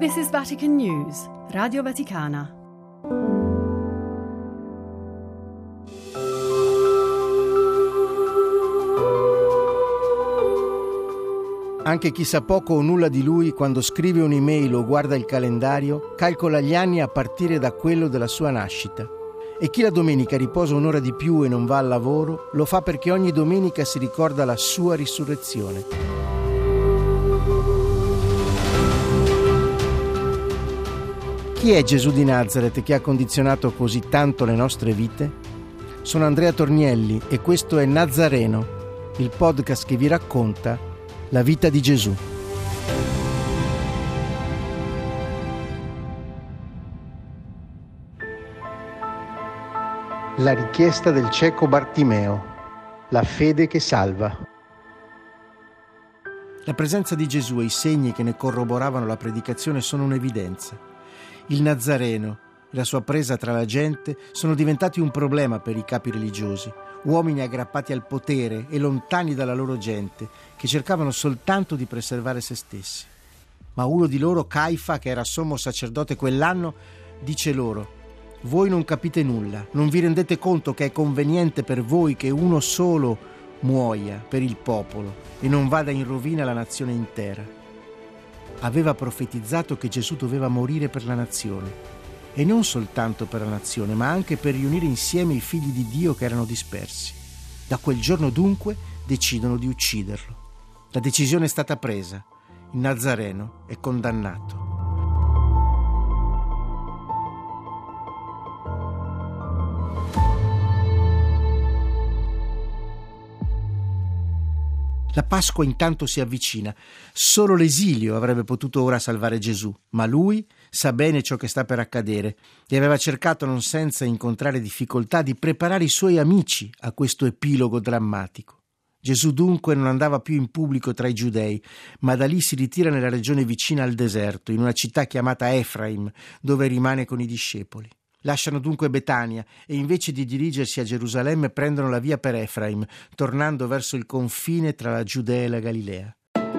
This is Vatican News, Radio Vaticana. Anche chi sa poco o nulla di lui, quando scrive un'email o guarda il calendario, calcola gli anni a partire da quello della sua nascita. E chi la domenica riposa un'ora di più e non va al lavoro, lo fa perché ogni domenica si ricorda la sua risurrezione. Chi è Gesù di Nazareth che ha condizionato così tanto le nostre vite? Sono Andrea Tornielli e questo è Nazareno, il podcast che vi racconta la vita di Gesù. La richiesta del cieco Bartimeo, la fede che salva. La presenza di Gesù e i segni che ne corroboravano la predicazione sono un'evidenza. Il Nazareno e la sua presa tra la gente sono diventati un problema per i capi religiosi, uomini aggrappati al potere e lontani dalla loro gente, che cercavano soltanto di preservare se stessi. Ma uno di loro, Caifa, che era sommo sacerdote quell'anno, dice loro: «Voi non capite nulla, non vi rendete conto che è conveniente per voi che uno solo muoia per il popolo e non vada in rovina la nazione intera». Aveva profetizzato che Gesù doveva morire per la nazione, e non soltanto per la nazione, ma anche per riunire insieme i figli di Dio che erano dispersi. Da quel giorno dunque decidono di ucciderlo. La decisione è stata presa. Il Nazareno è condannato. La Pasqua intanto si avvicina. Solo l'esilio avrebbe potuto ora salvare Gesù, ma lui sa bene ciò che sta per accadere e aveva cercato, non senza incontrare difficoltà, di preparare i suoi amici a questo epilogo drammatico. Gesù dunque non andava più in pubblico tra i giudei, ma da lì si ritira nella regione vicina al deserto, in una città chiamata Efraim, dove rimane con i discepoli. Lasciano dunque Betania e invece di dirigersi a Gerusalemme prendono la via per Efraim, tornando verso il confine tra la Giudea e la Galilea.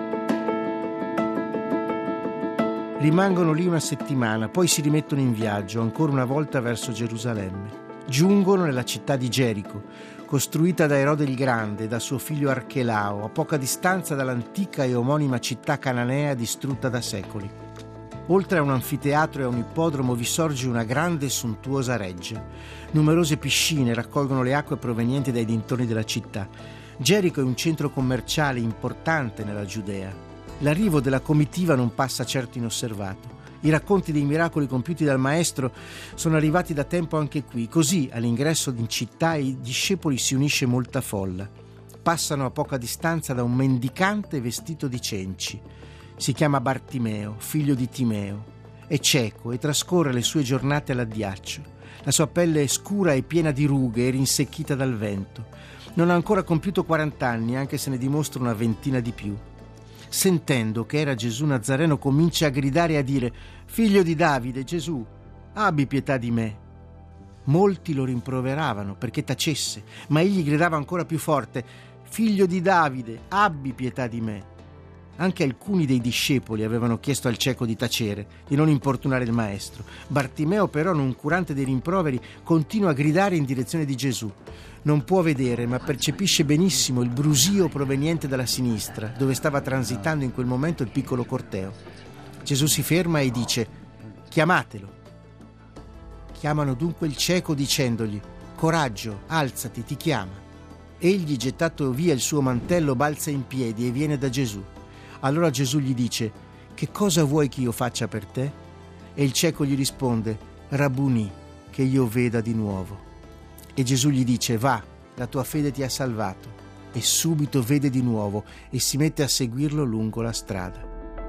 Rimangono lì una settimana, poi si rimettono in viaggio, ancora una volta verso Gerusalemme. Giungono nella città di Gerico, costruita da Erode il Grande e da suo figlio Archelao, a poca distanza dall'antica e omonima città cananea distrutta da secoli. Oltre a un anfiteatro e a un ippodromo vi sorge una grande e sontuosa reggia. Numerose piscine raccolgono le acque provenienti dai dintorni della città. Gerico è un centro commerciale importante nella Giudea. L'arrivo della comitiva non passa certo inosservato. I racconti dei miracoli compiuti dal maestro sono arrivati da tempo anche qui. Così, all'ingresso in città, ai discepoli si unisce molta folla. Passano a poca distanza da un mendicante vestito di cenci. Si chiama Bartimeo, figlio di Timeo. È cieco e trascorre le sue giornate all'addiaccio. La sua pelle è scura e piena di rughe e rinsecchita dal vento. Non ha ancora compiuto 40 anni, anche se ne dimostra una ventina di più. Sentendo che era Gesù Nazareno, comincia a gridare e a dire: «Figlio di Davide, Gesù, abbi pietà di me». Molti lo rimproveravano perché tacesse, ma egli gridava ancora più forte: «Figlio di Davide, abbi pietà di me». Anche alcuni dei discepoli avevano chiesto al cieco di tacere, di non importunare il maestro. Bartimeo però, noncurante dei rimproveri, continua a gridare in direzione di Gesù. Non può vedere, ma percepisce benissimo il brusio proveniente dalla sinistra, dove stava transitando in quel momento il piccolo corteo. Gesù si ferma e dice: «Chiamatelo». Chiamano dunque il cieco dicendogli: «Coraggio, alzati, ti chiama». Egli, gettato via il suo mantello, balza in piedi e viene da Gesù. Allora Gesù gli dice: «Che cosa vuoi che io faccia per te?» E il cieco gli risponde: «Rabbuni, che io veda di nuovo». E Gesù gli dice: «Va, la tua fede ti ha salvato». E subito vede di nuovo e si mette a seguirlo lungo la strada.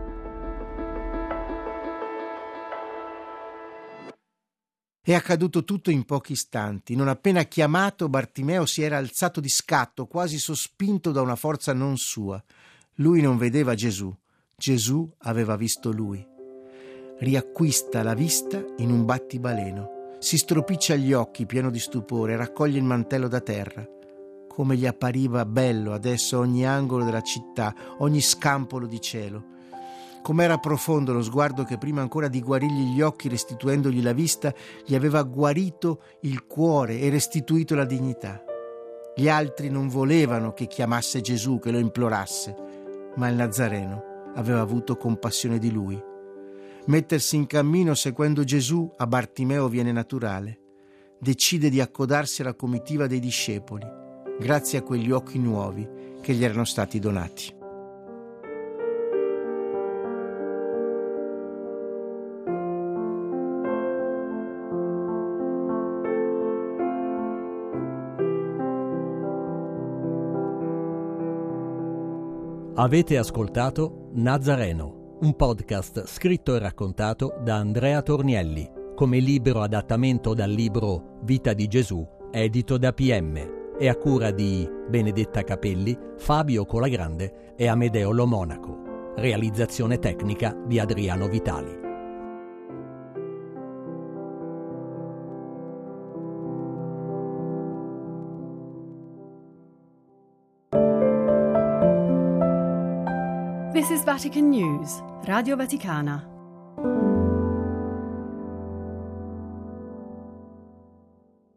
È accaduto tutto in pochi istanti. Non appena chiamato, Bartimeo si era alzato di scatto, quasi sospinto da una forza non sua. Lui non vedeva Gesù, Gesù aveva visto lui. Riacquista la vista in un battibaleno. Si stropiccia gli occhi pieno di stupore, raccoglie il mantello da terra. Come gli appariva bello adesso ogni angolo della città, ogni scampolo di cielo. Com'era profondo lo sguardo che prima ancora di guarirgli gli occhi restituendogli la vista, gli aveva guarito il cuore e restituito la dignità. Gli altri non volevano che chiamasse Gesù, che lo implorasse, ma il Nazareno aveva avuto compassione di lui. Mettersi in cammino seguendo Gesù a Bartimeo viene naturale. Decide di accodarsi alla comitiva dei discepoli, grazie a quegli occhi nuovi che gli erano stati donati. Avete ascoltato Nazareno, un podcast scritto e raccontato da Andrea Tornielli, come libero adattamento dal libro Vita di Gesù, edito da PM, e a cura di Benedetta Capelli, Fabio Colagrande e Amedeo Lo Monaco. Realizzazione tecnica di Adriano Vitali. This is Vatican News, Radio Vaticana.